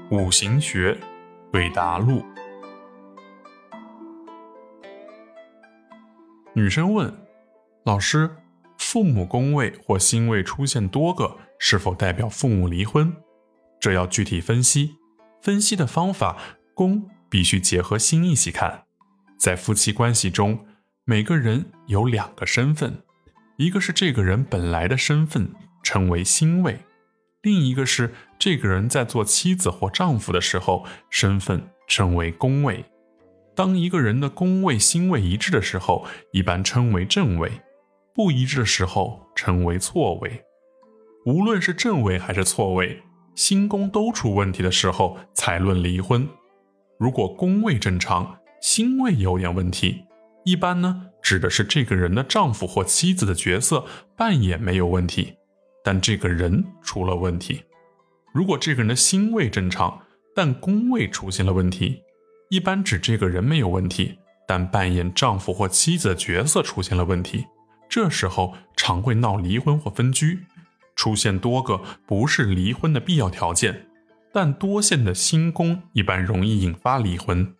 五行学对答录。女生问：老师，父母宫位或星位出现多个，是否代表父母离婚？这要具体分析，分析的方法，宫必须结合星一起看。在夫妻关系中，每个人有两个身份，一个是这个人本来的身份，称为星位，另一个是这个人在做妻子或丈夫的时候，身份称为宫位。当一个人的宫位星位一致的时候，一般称为正位，不一致的时候称为错位。无论是正位还是错位，星宫都出问题的时候才论离婚。如果宫位正常，星位有点问题，一般呢指的是这个人的丈夫或妻子的角色扮演没有问题，但这个人出了问题。如果这个人的星位正常，但宫位出现了问题，一般指这个人没有问题，但扮演丈夫或妻子的角色出现了问题，这时候常会闹离婚或分居。出现多个不是离婚的必要条件，但多线的星宫一般容易引发离婚。